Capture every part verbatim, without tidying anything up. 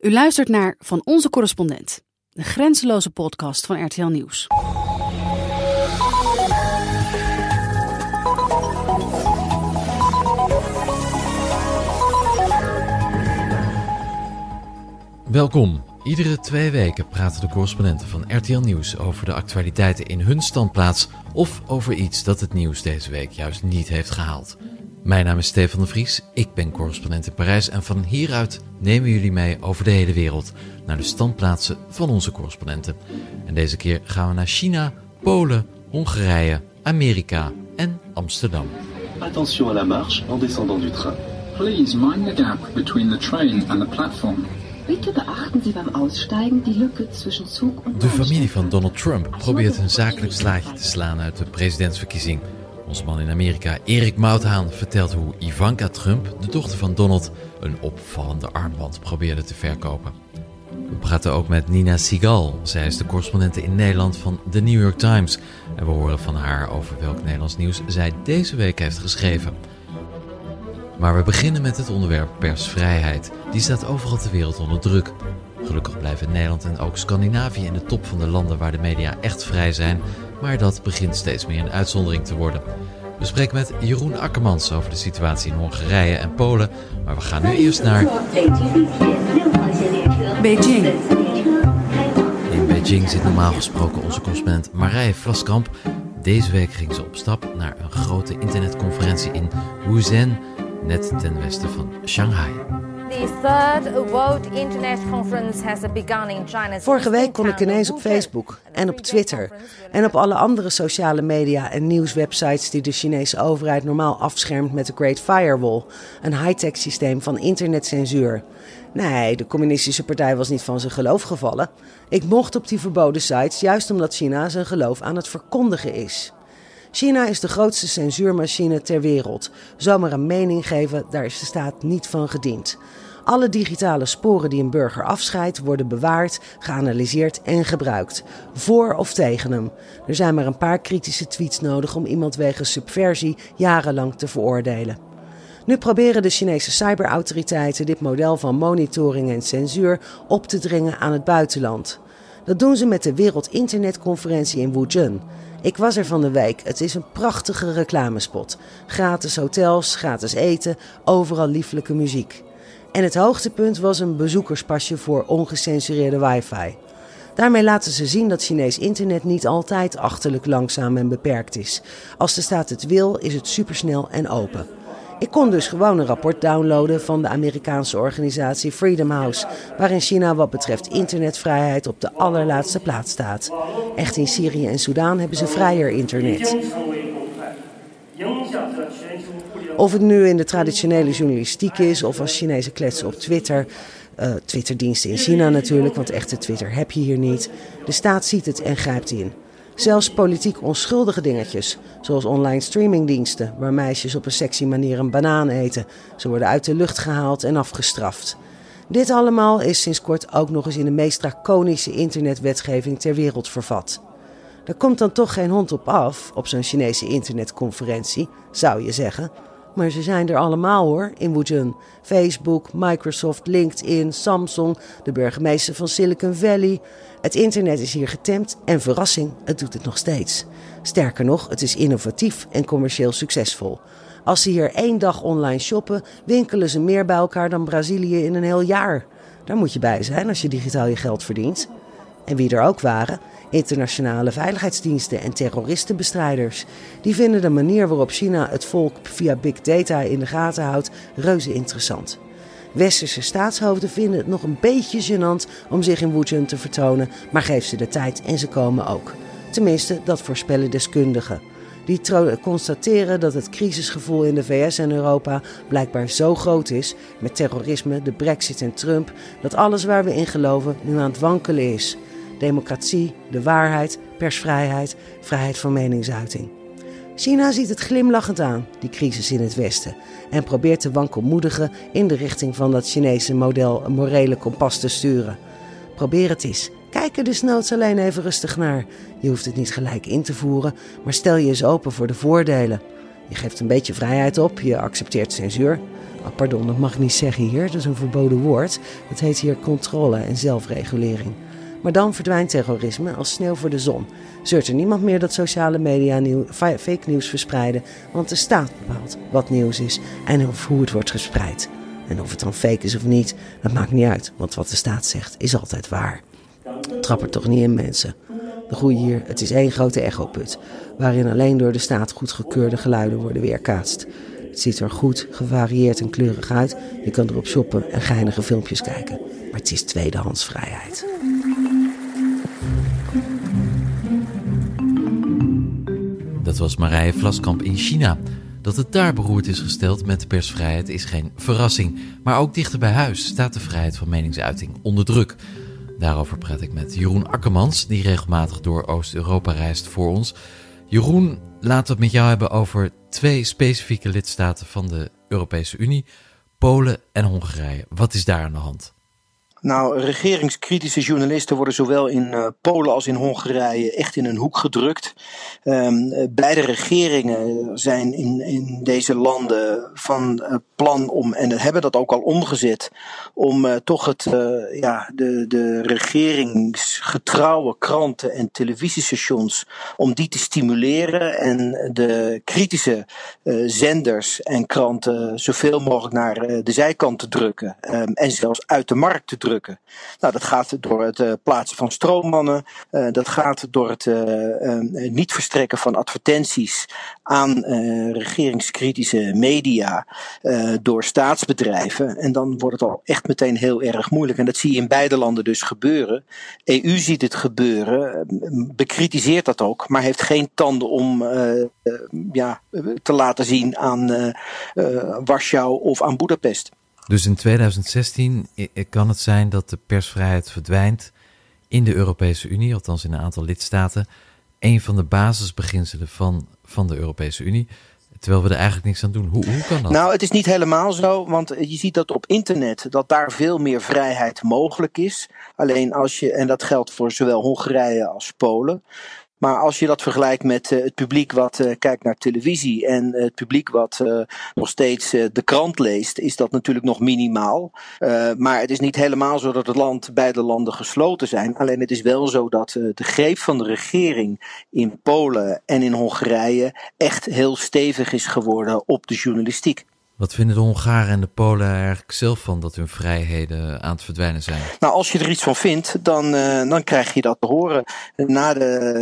U luistert naar Van Onze Correspondent, de grenzeloze podcast van R T L Nieuws. Welkom. Iedere twee weken praten de correspondenten van R T L Nieuws over de actualiteiten in hun standplaats of over iets dat het nieuws deze week juist niet heeft gehaald. Mijn naam is Stefan de Vries, ik ben correspondent in Parijs en van hieruit nemen we jullie mee over de hele wereld naar de standplaatsen van onze correspondenten. En deze keer gaan we naar China, Polen, Hongarije, Amerika en Amsterdam. Attention à la marche en descendant du train. Please mind the gap between the train and the platform. Bitte beachten Sie beim Aussteigen die Lücke zwischen Zug und De familie van Donald Trump probeert een zakelijk slaatje te slaan uit de presidentsverkiezing. Onze man in Amerika, Erik Mouthaan, vertelt hoe Ivanka Trump, de dochter van Donald, een opvallende armband probeerde te verkopen. We praten ook met Nina Sigal. Zij is de correspondente in Nederland van The New York Times. En we horen van haar over welk Nederlands nieuws zij deze week heeft geschreven. Maar we beginnen met het onderwerp persvrijheid. Die staat overal ter wereld onder druk. Gelukkig blijven Nederland en ook Scandinavië in de top van de landen waar de media echt vrij zijn. Maar dat begint steeds meer een uitzondering te worden. We spreken met Jeroen Akkermans over de situatie in Hongarije en Polen. Maar we gaan nu eerst naar Beijing. In Beijing zit normaal gesproken onze correspondent Marije Vlaskamp. Deze week ging ze op stap naar een grote internetconferentie in Wuzhen, net ten westen van Shanghai. The third World Internet Conference has begun in China. Vorige week kon ik ineens op Facebook en op Twitter en op alle andere sociale media en nieuwswebsites die de Chinese overheid normaal afschermt met de Great Firewall, een high-tech systeem van internetcensuur. Nee, de communistische partij was niet van zijn geloof gevallen. Ik mocht op die verboden sites juist omdat China zijn geloof aan het verkondigen is. China is de grootste censuurmachine ter wereld. Zomaar een mening geven, daar is de staat niet van gediend. Alle digitale sporen die een burger afscheidt worden bewaard, geanalyseerd en gebruikt. Voor of tegen hem. Er zijn maar een paar kritische tweets nodig om iemand wegens subversie jarenlang te veroordelen. Nu proberen de Chinese cyberautoriteiten dit model van monitoring en censuur op te dringen aan het buitenland. Dat doen ze met de Wereld Internetconferentie in Wuzhen. Ik was er van de week. Het is een prachtige reclamespot. Gratis hotels, gratis eten, overal lieflijke muziek. En het hoogtepunt was een bezoekerspasje voor ongecensureerde wifi. Daarmee laten ze zien dat Chinees internet niet altijd achterlijk langzaam en beperkt is. Als de staat het wil, is het supersnel en open. Ik kon dus gewoon een rapport downloaden van de Amerikaanse organisatie Freedom House, waarin China wat betreft internetvrijheid op de allerlaatste plaats staat. Echt in Syrië en Soedan hebben ze vrijer internet. Of het nu in de traditionele journalistiek is of als Chinese kletsen op Twitter. Uh, Twitterdiensten in China natuurlijk, want echte Twitter heb je hier niet. De staat ziet het en grijpt in. Zelfs politiek onschuldige dingetjes, zoals online streamingdiensten, waar meisjes op een sexy manier een banaan eten. Ze worden uit de lucht gehaald en afgestraft. Dit allemaal is sinds kort ook nog eens in de meest draconische internetwetgeving ter wereld vervat. Daar komt dan toch geen hond op af, op zo'n Chinese internetconferentie, zou je zeggen. Maar ze zijn er allemaal hoor, in Wuzhen. Facebook, Microsoft, LinkedIn, Samsung, de burgemeester van Silicon Valley. Het internet is hier getemd en verrassing, het doet het nog steeds. Sterker nog, het is innovatief en commercieel succesvol. Als ze hier één dag online shoppen, winkelen ze meer bij elkaar dan Brazilië in een heel jaar. Daar moet je bij zijn als je digitaal je geld verdient. En wie er ook waren, internationale veiligheidsdiensten en terroristenbestrijders. Die vinden de manier waarop China het volk via big data in de gaten houdt reuze interessant. Westerse staatshoofden vinden het nog een beetje gênant om zich in Wuzhen te vertonen, maar geef ze de tijd en ze komen ook. Tenminste, dat voorspellen deskundigen. Die tro- constateren dat het crisisgevoel in de V S en Europa blijkbaar zo groot is, met terrorisme, de Brexit en Trump, dat alles waar we in geloven nu aan het wankelen is. Democratie, de waarheid, persvrijheid, vrijheid van meningsuiting. China ziet het glimlachend aan, die crisis in het Westen, en probeert te wankelmoedigen in de richting van dat Chinese model een morele kompas te sturen. Probeer het eens. Kijk er desnoods alleen even rustig naar. Je hoeft het niet gelijk in te voeren, maar stel je eens open voor de voordelen. Je geeft een beetje vrijheid op, je accepteert censuur. Oh, pardon, dat mag ik niet zeggen hier. Dat is een verboden woord. Dat heet hier controle en zelfregulering. Maar dan verdwijnt terrorisme als sneeuw voor de zon. Zeurt er niemand meer dat sociale media nieuw, fake nieuws verspreiden, want de staat bepaalt wat nieuws is en of hoe het wordt gespreid. En of het dan fake is of niet, dat maakt niet uit, want wat de staat zegt is altijd waar. Trap er toch niet in, mensen. De groei hier, het is één grote echoput, waarin alleen door de staat goedgekeurde geluiden worden weerkaatst. Het ziet er goed, gevarieerd en kleurig uit. Je kan erop shoppen en geinige filmpjes kijken. Maar het is tweedehands vrijheid. Dat was Marije Vlaskamp in China. Dat het daar beroerd is gesteld met de persvrijheid is geen verrassing. Maar ook dichter bij huis staat de vrijheid van meningsuiting onder druk. Daarover praat ik met Jeroen Akkermans, die regelmatig door Oost-Europa reist voor ons. Jeroen, laten we het met jou hebben over twee specifieke lidstaten van de Europese Unie, Polen en Hongarije. Wat is daar aan de hand? Nou, regeringskritische journalisten worden zowel in uh, Polen als in Hongarije echt in een hoek gedrukt. Um, uh, beide regeringen zijn in, in deze landen van uh, plan om, en hebben dat ook al omgezet, om uh, toch het, uh, ja, de, de regeringsgetrouwe kranten en televisiestations, om die te stimuleren en de kritische uh, zenders en kranten zoveel mogelijk naar uh, de zijkant te drukken. Um, en zelfs uit de markt te drukken. Nou, dat gaat door het uh, plaatsen van stroommannen. Uh, dat gaat door het uh, uh, niet verstrekken van advertenties aan uh, regeringskritische media uh, door staatsbedrijven. En dan wordt het al echt meteen heel erg moeilijk. En dat zie je in beide landen dus gebeuren. E U ziet het gebeuren, bekritiseert dat ook, maar heeft geen tanden om uh, uh, ja, te laten zien aan uh, uh, Warschau of aan Boedapest. Dus in tweeduizend zestien kan het zijn dat de persvrijheid verdwijnt in de Europese Unie, althans in een aantal lidstaten. Een van de basisbeginselen van, van de Europese Unie, terwijl we er eigenlijk niks aan doen. Hoe, hoe kan dat? Nou, het is niet helemaal zo, want je ziet dat op internet, dat daar veel meer vrijheid mogelijk is. Alleen als je, en dat geldt voor zowel Hongarije als Polen. Maar als je dat vergelijkt met uh, het publiek wat uh, kijkt naar televisie en uh, het publiek wat uh, nog steeds uh, de krant leest, is dat natuurlijk nog minimaal. Uh, maar het is niet helemaal zo dat het land, beide landen gesloten zijn. Alleen het is wel zo dat uh, de greep van de regering in Polen en in Hongarije echt heel stevig is geworden op de journalistiek. Wat vinden de Hongaren en de Polen er eigenlijk zelf van dat hun vrijheden aan het verdwijnen zijn? Nou, als je er iets van vindt, dan, uh, dan krijg je dat te horen. Na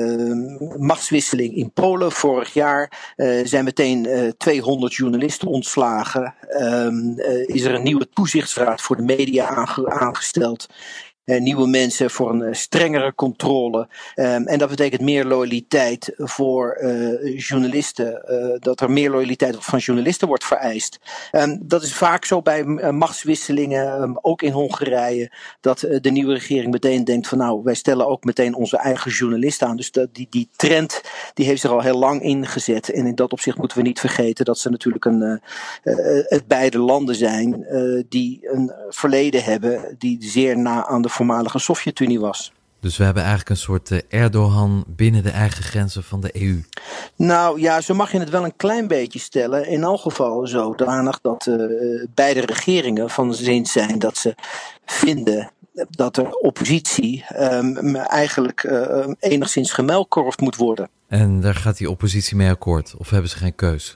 de uh, machtswisseling in Polen vorig jaar uh, zijn meteen uh, tweehonderd journalisten ontslagen. Um, uh, is er een nieuwe toezichtsraad voor de media aange- aangesteld. Uh, nieuwe mensen voor een uh, strengere controle. Um, en dat betekent meer loyaliteit voor uh, journalisten. Uh, dat er meer loyaliteit van journalisten wordt vereist. Um, dat is vaak zo bij uh, machtswisselingen, um, ook in Hongarije. Dat uh, de nieuwe regering meteen denkt van nou, wij stellen ook meteen onze eigen journalisten aan. Dus dat, die, die trend die heeft zich al heel lang ingezet. En in dat opzicht moeten we niet vergeten dat ze natuurlijk een, uh, uh, het beide landen zijn uh, die een verleden hebben die zeer na aan de voormalige Sovjet-Unie was. Dus we hebben eigenlijk een soort uh, Erdogan binnen de eigen grenzen van de E U. Nou ja, zo mag je het wel een klein beetje stellen. In elk geval zodanig dat uh, beide regeringen van zin zijn dat ze vinden dat er oppositie um, eigenlijk uh, enigszins gemuilkorfd moet worden. En daar gaat die oppositie mee akkoord? Of hebben ze geen keus?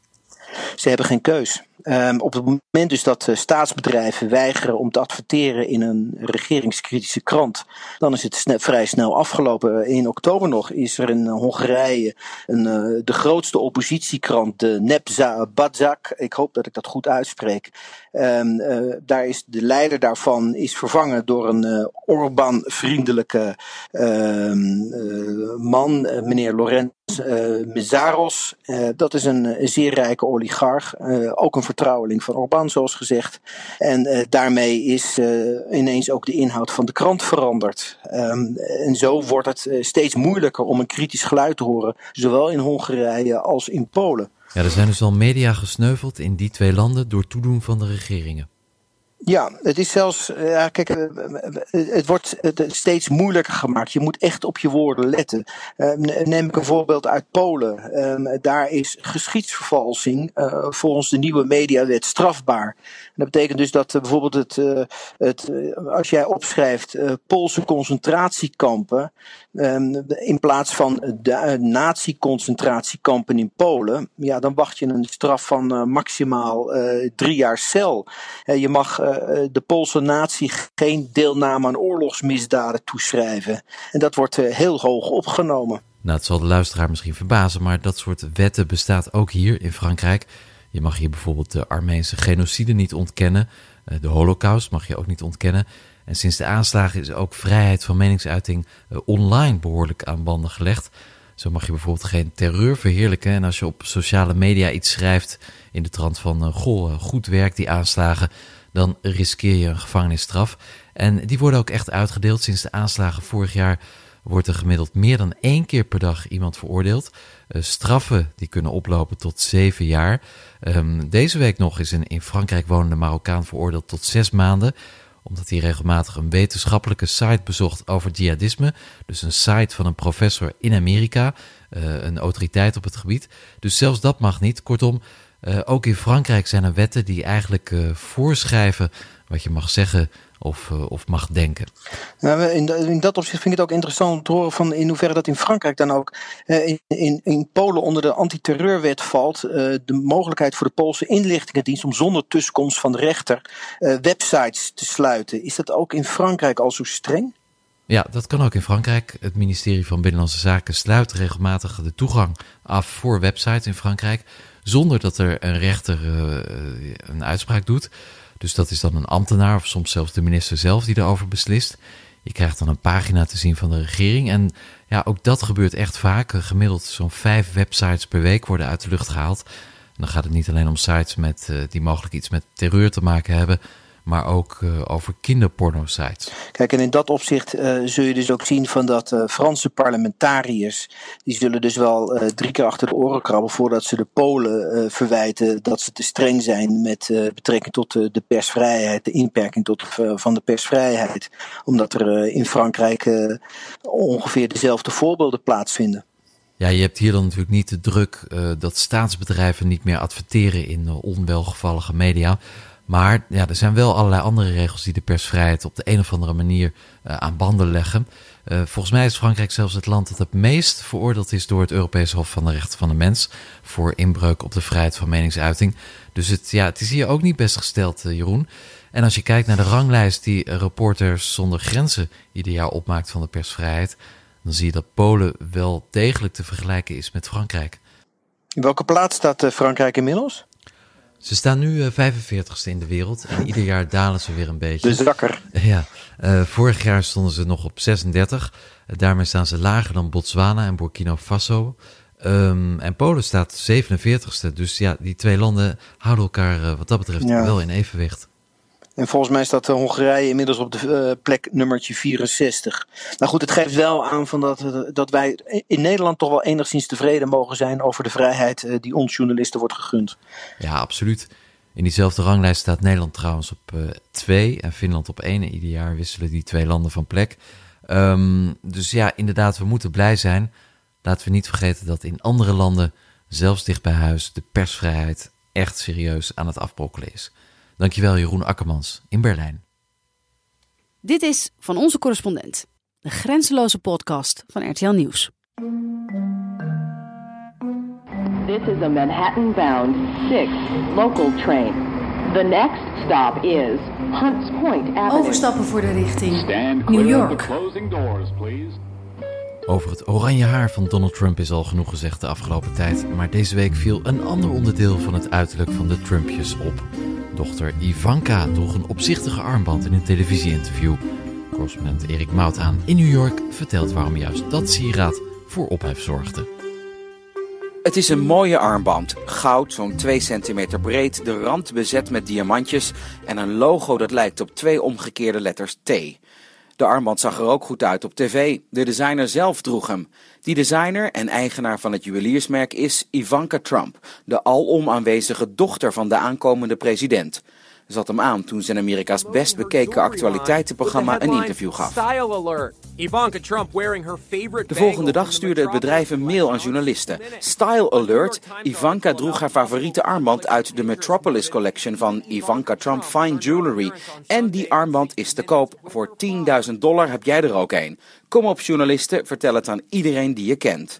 Ze hebben geen keus. Um, op het moment dus dat uh, staatsbedrijven weigeren om te adverteren in een regeringskritische krant, dan is het sne- vrij snel afgelopen. In oktober nog is er in uh, Hongarije een, uh, de grootste oppositiekrant, de Nemzeti Bazak. Ik hoop dat ik dat goed uitspreek. Um, uh, daar is de leider daarvan is vervangen door een uh, Orbán-vriendelijke uh, uh, man, uh, meneer Lorenz uh, Mészáros. Uh, dat is een, een zeer rijke oligarch, uh, ook een vertrouweling van Orbán, zoals gezegd. En uh, daarmee is uh, ineens ook de inhoud van de krant veranderd. Um, en zo wordt het uh, steeds moeilijker om een kritisch geluid te horen, zowel in Hongarije als in Polen. Ja, er zijn dus al media gesneuveld in die twee landen door toedoen van de regeringen. Ja, het is zelfs, ja, kijk, het wordt steeds moeilijker gemaakt. Je moet echt op je woorden letten. Neem ik een voorbeeld uit Polen. Daar is geschiedsvervalsing volgens de nieuwe mediawet strafbaar. En dat betekent dus dat bijvoorbeeld het, het als jij opschrijft Poolse concentratiekampen in plaats van de nazi-concentratiekampen in Polen, ja, dan wacht je een straf van maximaal drie jaar cel. Je mag de Poolse natie geen deelname aan oorlogsmisdaden toeschrijven. En dat wordt heel hoog opgenomen. Nou, het zal de luisteraar misschien verbazen, maar dat soort wetten bestaat ook hier in Frankrijk. Je mag hier bijvoorbeeld de Armeense genocide niet ontkennen. De Holocaust mag je ook niet ontkennen. En sinds de aanslagen is ook vrijheid van meningsuiting online behoorlijk aan banden gelegd. Zo mag je bijvoorbeeld geen terreur verheerlijken. En als je op sociale media iets schrijft in de trant van goh, goed werk die aanslagen, dan riskeer je een gevangenisstraf. En die worden ook echt uitgedeeld. Sinds de aanslagen vorig jaar wordt er gemiddeld meer dan één keer per dag iemand veroordeeld. Uh, straffen die kunnen oplopen tot zeven jaar. Um, deze week nog is een in Frankrijk wonende Marokkaan veroordeeld tot zes maanden. Omdat hij regelmatig een wetenschappelijke site bezocht over jihadisme. Dus een site van een professor in Amerika. Uh, een autoriteit op het gebied. Dus zelfs dat mag niet. Kortom, uh, ook in Frankrijk zijn er wetten die eigenlijk uh, voorschrijven wat je mag zeggen of, uh, of mag denken. Nou, in, in dat opzicht vind ik het ook interessant om te horen van in hoeverre dat in Frankrijk dan ook uh, in, in, in Polen onder de antiterreurwet valt. Uh, de mogelijkheid voor de Poolse inlichtingendienst om zonder tussenkomst van de rechter uh, websites te sluiten. Is dat ook in Frankrijk al zo streng? Ja, dat kan ook in Frankrijk. Het ministerie van Binnenlandse Zaken sluit regelmatig de toegang af voor websites in Frankrijk, zonder dat er een rechter uh, een uitspraak doet. Dus dat is dan een ambtenaar of soms zelfs de minister zelf die erover beslist. Je krijgt dan een pagina te zien van de regering. En ja, ook dat gebeurt echt vaak. Gemiddeld zo'n vijf websites per week worden uit de lucht gehaald. En dan gaat het niet alleen om sites met, uh, die mogelijk iets met terreur te maken hebben, maar ook uh, over kinderporno-sites. Kijk, en in dat opzicht uh, zul je dus ook zien van dat uh, Franse parlementariërs, die zullen dus wel uh, drie keer achter de oren krabben voordat ze de Polen uh, verwijten dat ze te streng zijn met uh, betrekking tot uh, de persvrijheid, de inperking tot, uh, van de persvrijheid. Omdat er uh, in Frankrijk uh, ongeveer dezelfde voorbeelden plaatsvinden. Ja, je hebt hier dan natuurlijk niet de druk uh, dat staatsbedrijven niet meer adverteren in uh, onwelgevallige media. Maar ja, er zijn wel allerlei andere regels die de persvrijheid op de een of andere manier uh, aan banden leggen. Uh, volgens mij is Frankrijk zelfs het land dat het meest veroordeeld is door het Europees Hof van de Rechten van de Mens voor inbreuk op de vrijheid van meningsuiting. Dus het, ja, het is hier ook niet best gesteld, uh, Jeroen. En als je kijkt naar de ranglijst die uh, Reporters zonder Grenzen ieder jaar opmaakt van de persvrijheid, dan zie je dat Polen wel degelijk te vergelijken is met Frankrijk. In welke plaats staat uh, Frankrijk inmiddels? Ze staan nu uh, vijfenveertigste in de wereld en ieder jaar dalen ze weer een beetje. De zakker. Ja, uh, vorig jaar stonden ze nog op zesendertig. Uh, daarmee staan ze lager dan Botswana en Burkina Faso. Um, en Polen staat zevenenveertigste. Dus ja, die twee landen houden elkaar uh, wat dat betreft ja. wel in evenwicht. En volgens mij staat uh, Hongarije inmiddels op de uh, plek nummertje vierenzestig. Nou goed, het geeft wel aan van dat, uh, dat wij in Nederland toch wel enigszins tevreden mogen zijn over de vrijheid uh, die ons journalisten wordt gegund. Ja, absoluut. In diezelfde ranglijst staat Nederland trouwens op uh, twee en Finland op één. Ieder jaar wisselen die twee landen van plek. Um, dus ja, inderdaad, we moeten blij zijn. Laten we niet vergeten dat in andere landen, zelfs dicht bij huis, de persvrijheid echt serieus aan het afbrokkelen is. Dankjewel Jeroen Akkermans in Berlijn. Dit is Van Onze Correspondent, de grenzeloze podcast van R T L Nieuws. This is a Manhattan-bound six local train. The next stop is Hunts Point Avenue. Overstappen voor de richting New York. Over het oranje haar van Donald Trump is al genoeg gezegd de afgelopen tijd. Maar deze week viel een ander onderdeel van het uiterlijk van de Trumpjes op. Dochter Ivanka droeg een opzichtige armband in een televisieinterview. Correspondent Erik Mouthaan in New York vertelt waarom juist dat sieraad voor ophef zorgde. Het is een mooie armband. Goud, zo'n twee centimeter breed, de rand bezet met diamantjes en een logo dat lijkt op twee omgekeerde letters T. De armband zag er ook goed uit op tv. De designer zelf droeg hem. Die designer en eigenaar van het juweliersmerk is Ivanka Trump, de alom aanwezige dochter van de aankomende president. zat hem aan toen ze in Amerika's best bekeken actualiteitenprogramma een interview gaf. De volgende dag stuurde het bedrijf een mail aan journalisten. Style alert, Ivanka droeg haar favoriete armband uit de Metropolis Collection van Ivanka Trump Fine Jewelry. En die armband is te koop. Voor tienduizend dollar heb jij er ook een. Kom op journalisten, vertel het aan iedereen die je kent.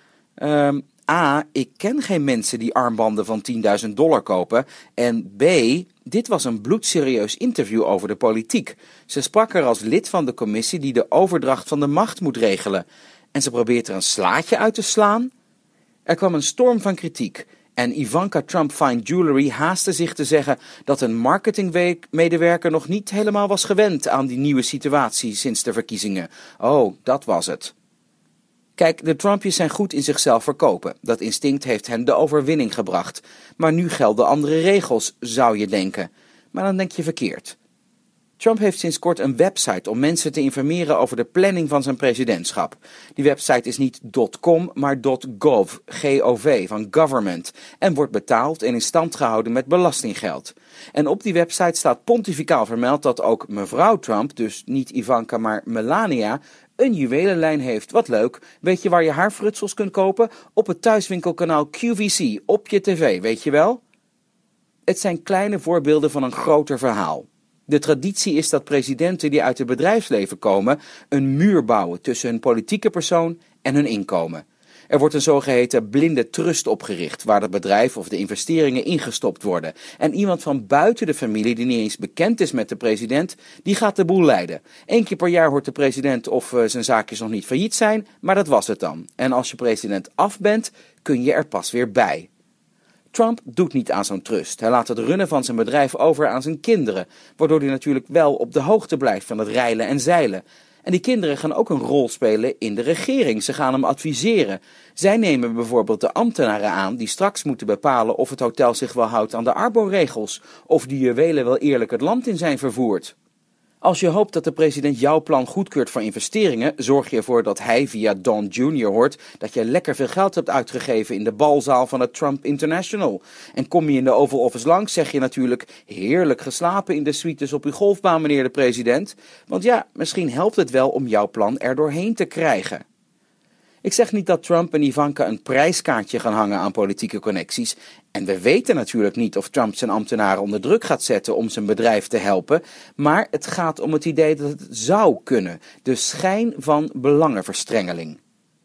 Um, A, ik ken geen mensen die armbanden van tienduizend dollar kopen. En B, dit was een bloedserieus interview over de politiek. Ze sprak er als lid van de commissie die de overdracht van de macht moet regelen. En ze probeert er een slaatje uit te slaan. Er kwam een storm van kritiek. En Ivanka Trump Fine Jewelry haastte zich te zeggen dat een marketingmedewerker nog niet helemaal was gewend aan die nieuwe situatie sinds de verkiezingen. Oh, dat was het. Kijk, de Trumpjes zijn goed in zichzelf verkopen. Dat instinct heeft hen de overwinning gebracht. Maar nu gelden andere regels, zou je denken. Maar dan denk je verkeerd. Trump heeft sinds kort een website om mensen te informeren over de planning van zijn presidentschap. Die website is niet .com, maar .gov, G O V, van government, en wordt betaald en in stand gehouden met belastinggeld. En op die website staat pontificaal vermeld dat ook mevrouw Trump, dus niet Ivanka, maar Melania, een juwelenlijn heeft. Wat leuk. Weet je waar je haarfrutsels kunt kopen? Op het thuiswinkelkanaal Q V C, op je tv, weet je wel? Het zijn kleine voorbeelden van een groter verhaal. De traditie is dat presidenten die uit het bedrijfsleven komen een muur bouwen tussen hun politieke persoon en hun inkomen. Er wordt een zogeheten blinde trust opgericht, waar het bedrijf of de investeringen ingestopt worden. En iemand van buiten de familie die niet eens bekend is met de president, die gaat de boel leiden. Eén keer per jaar hoort de president of uh, zijn zaakjes nog niet failliet zijn, maar dat was het dan. En als je president af bent, kun je er pas weer bij. Trump doet niet aan zo'n trust. Hij laat het runnen van zijn bedrijf over aan zijn kinderen, waardoor hij natuurlijk wel op de hoogte blijft van het reilen en zeilen. En die kinderen gaan ook een rol spelen in de regering. Ze gaan hem adviseren. Zij nemen bijvoorbeeld de ambtenaren aan die straks moeten bepalen of het hotel zich wel houdt aan de Arbo-regels, of die juwelen wel eerlijk het land in zijn vervoerd. Als je hoopt dat de president jouw plan goedkeurt voor investeringen, zorg je ervoor dat hij via Don junior hoort dat je lekker veel geld hebt uitgegeven in de balzaal van het Trump International. En kom je in de Oval Office langs, zeg je natuurlijk heerlijk geslapen in de suites op uw golfbaan, meneer de president. Want ja, misschien helpt het wel om jouw plan er doorheen te krijgen. Ik zeg niet dat Trump en Ivanka een prijskaartje gaan hangen aan politieke connecties. En we weten natuurlijk niet of Trump zijn ambtenaren onder druk gaat zetten om zijn bedrijf te helpen. Maar het gaat om het idee dat het zou kunnen. De schijn van belangenverstrengeling.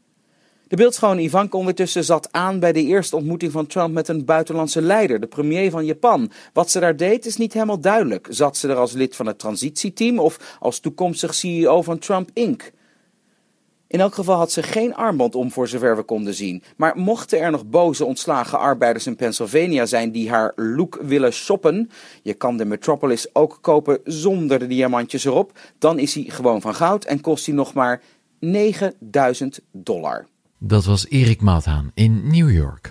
De beeldschone Ivanka ondertussen zat aan bij de eerste ontmoeting van Trump met een buitenlandse leider, de premier van Japan. Wat ze daar deed is niet helemaal duidelijk. Zat ze er als lid van het transitieteam of als toekomstig C E O van Trump incorporated? In elk geval had ze geen armband om voor zover we konden zien. Maar mochten er nog boze ontslagen arbeiders in Pennsylvania zijn die haar look willen shoppen, je kan de Metropolis ook kopen zonder de diamantjes erop, dan is hij gewoon van goud en kost hij nog maar negenduizend dollar. Dat was Erik Mouthaan in New York.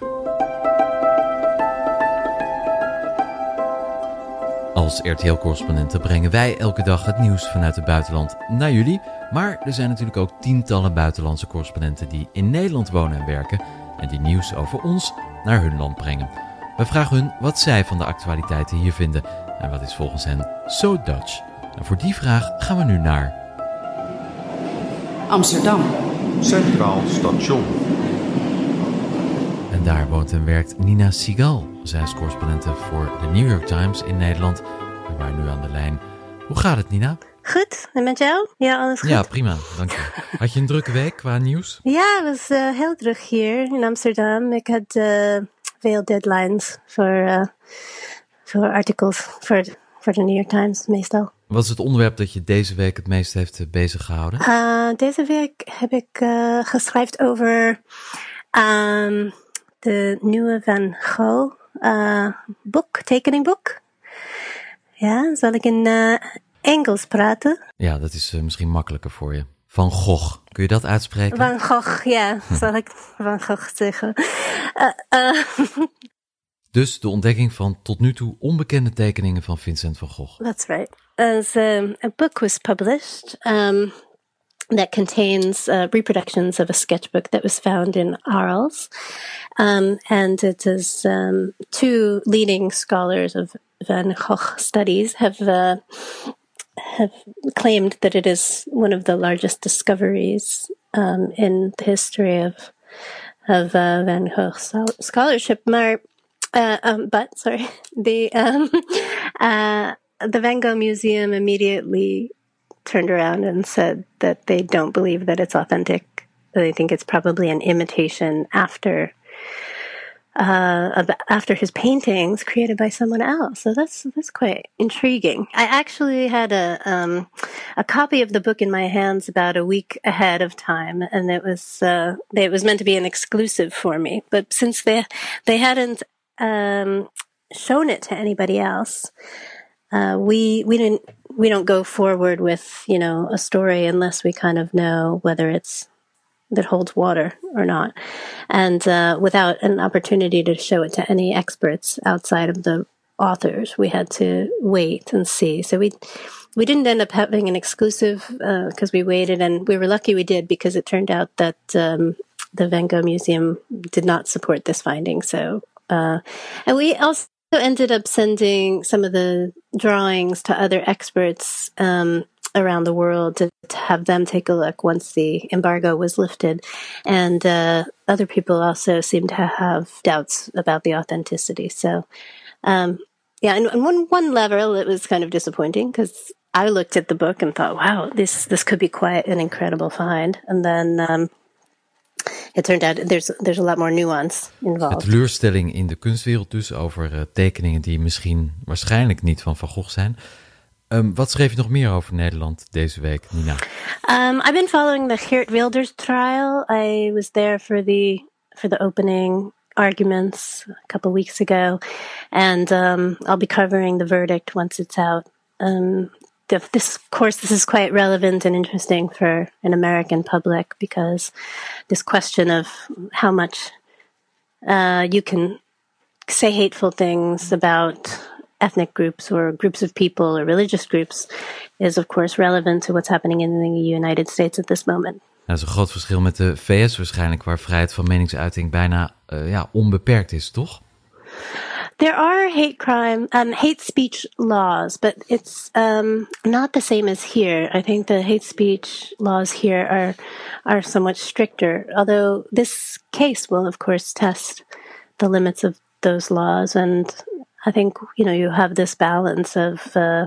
Als R T L-correspondenten brengen wij elke dag het nieuws vanuit het buitenland naar jullie. Maar er zijn natuurlijk ook tientallen buitenlandse correspondenten die in Nederland wonen en werken en die nieuws over ons naar hun land brengen. We vragen hun wat zij van de actualiteiten hier vinden en wat is volgens hen so Dutch. En voor die vraag gaan we nu naar Amsterdam. Centraal Station. En daar woont en werkt Nina Sigal. Zij is correspondente voor de New York Times in Nederland. En wij nu aan de lijn. Hoe gaat het, Nina? Goed, en met jou? Ja, alles goed? Ja, prima, dank je. Had je een drukke week qua nieuws? Ja, het was uh, heel druk hier in Amsterdam. Ik had uh, veel deadlines voor, uh, voor artikels voor, voor de New York Times meestal. Wat is het onderwerp dat je deze week het meest heeft bezig gehouden? Uh, deze week heb ik uh, geschreven over um, de nieuwe Van Gogh uh, boek, tekeningboek. Ja, zal ik in uh, Engels praten? Ja, dat is uh, misschien makkelijker voor je. Van Gogh, kun je dat uitspreken? Van Gogh, ja, zal ik Van Gogh zeggen. Uh, uh, dus de ontdekking van tot nu toe onbekende tekeningen van Vincent van Gogh. That's right. As um, a book was published um, that contains uh, reproductions of a sketchbook that was found in Arles. Um, and it is um, two leading scholars of Van Gogh studies have uh, have claimed that it is one of the largest discoveries um, in the history of of uh, Van Gogh scholarship. Maar, uh, um, but sorry, the um, uh, the Van Gogh Museum immediately turned around and said that they don't believe that it's authentic. They think it's probably an imitation after uh, after his paintings created by someone else. So that's that's quite intriguing. I actually had a um, a copy of the book in my hands about a week ahead of time, and it was uh, it was meant to be an exclusive for me. But since they they hadn't um, shown it to anybody else, uh, we we didn't we don't go forward with, you know, a story unless we kind of know whether it's that holds water or not, and uh, without an opportunity to show it to any experts outside of the authors, we had to wait and see. So we we didn't end up having an exclusive because uh, we waited, and we were lucky we did, because it turned out that um, the Van Gogh Museum did not support this finding. So uh, and we also ended up sending some of the drawings to other experts um, around the world to, to have them take a look once the embargo was lifted. And uh, other people also seem to have doubts about the authenticity. So, um, yeah, and, and one, one level, it was kind of disappointing, because I looked at the book and thought, wow, this, this could be quite an incredible find. And then um, it turned out there's, there's a lot more nuance involved. De teleurstelling in de kunstwereld dus over uh, tekeningen die misschien waarschijnlijk niet van Van Gogh zijn. Um, wat schreef je nog meer over Nederland deze week, Nina? Um, I've been following the Geert Wilders trial. I was there for the for the opening arguments a couple weeks ago, and um, I'll be covering the verdict once it's out. Um, the, this, of course, this is quite relevant and interesting for an American public, because this question of how much uh, you can say hateful things about ethnic groups or groups of people or religious groups is of course relevant to what's happening in the United States at this moment. Dat is een groot verschil met de V S waarschijnlijk, waar vrijheid van meningsuiting bijna uh, ja, onbeperkt is, toch? There are hate crime, um, hate speech laws, but it's um, not the same as here. I think the hate speech laws here are are somewhat stricter, although this case will of course test the limits of those laws. And I think, you know, you have this balance of uh,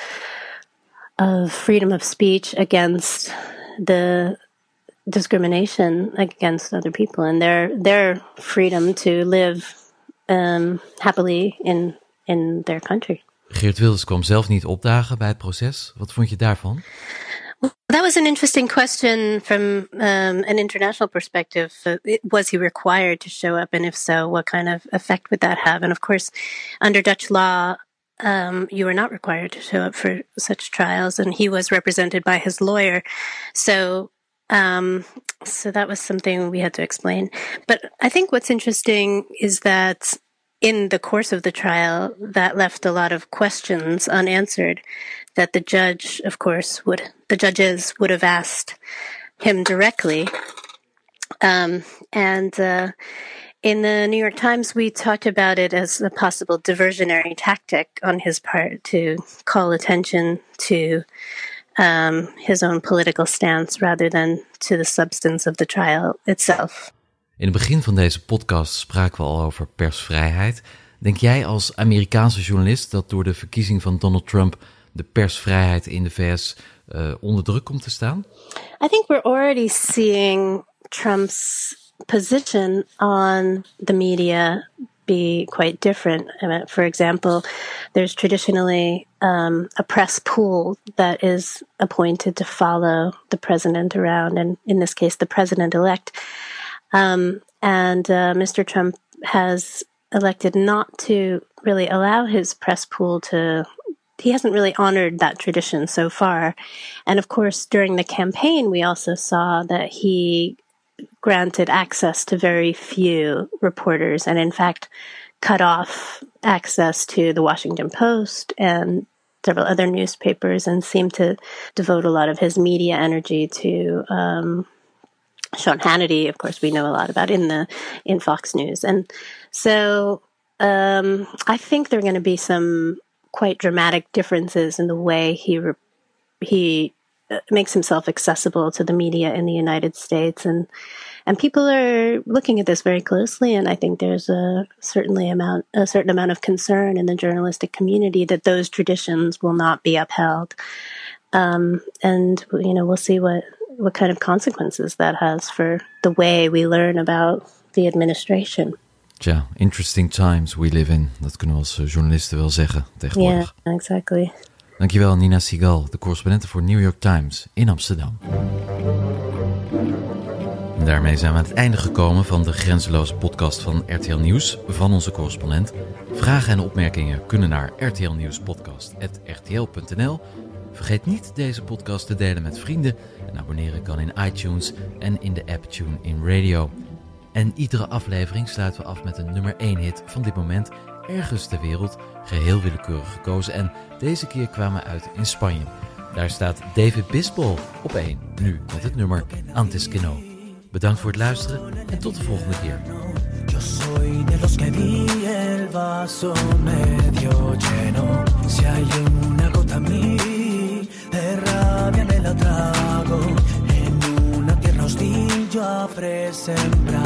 of freedom of speech against the discrimination against other people and their their freedom to live um, happily in in their country. Geert Wilders kwam zelf niet opdagen bij het proces. Wat vond je daarvan? Well, that was an interesting question from um, an international perspective. Uh, was he required to show up? And if so, what kind of effect would that have? And of course, under Dutch law, um, you were not required to show up for such trials. And he was represented by his lawyer. So, um, so that was something we had to explain. But I think what's interesting is that in the course of the trial, that left a lot of questions unanswered that the judge, of course, would, the judges would have asked him directly. Um, and uh, in the New York Times, we talked about it as a possible diversionary tactic on his part to call attention to um, his own political stance rather than to the substance of the trial itself. In het begin van deze podcast spraken we al over persvrijheid. Denk jij als Amerikaanse journalist dat door de verkiezing van Donald Trump de persvrijheid in de V S uh, onder druk komt te staan? I think we're already seeing Trump's position on the media be quite different. I mean, for example, there's traditionally um, a press pool that is appointed to follow the president around, and in this case, the president-elect. Um, and uh, Mister Trump has elected not to really allow his press pool to, he hasn't really honored that tradition so far. And of course, during the campaign, we also saw that he granted access to very few reporters and in fact cut off access to the Washington Post and several other newspapers and seemed to devote a lot of his media energy to um, Sean Hannity, of course, we know a lot about in the in Fox News. And so um, I think there are going to be some quite dramatic differences in the way he re- he uh, makes himself accessible to the media in the United States, and and people are looking at this very closely. And I think there's a certainly amount a certain amount of concern in the journalistic community that those traditions will not be upheld. Um, and you know, we'll see what what kind of consequences that has for the way we learn about the administration. Tja, interesting times we live in. Dat kunnen we als journalisten wel zeggen tegenwoordig. Ja, yeah, exactly. Dankjewel Nina Sigal, de correspondente voor New York Times in Amsterdam. En daarmee zijn we aan het einde gekomen van de grenzeloze podcast van R T L Nieuws van onze correspondent. Vragen en opmerkingen kunnen naar r t l nieuwspodcast apenstaartje r t l punt n l. Vergeet niet deze podcast te delen met vrienden en abonneren kan in iTunes en in de app TuneIn Radio. En iedere aflevering sluiten we af met een nummer één hit van dit moment ergens ter wereld, geheel willekeurig gekozen. En deze keer kwamen we uit in Spanje. Daar staat David Bisbal op één, nu met het nummer Antes que no. Bedankt voor het luisteren en tot de volgende keer. Yo soy de los que vi el vaso medio lleno. Si hay una gota a mí de rabia me la trago. En una tierra hostil yo habré sembrado.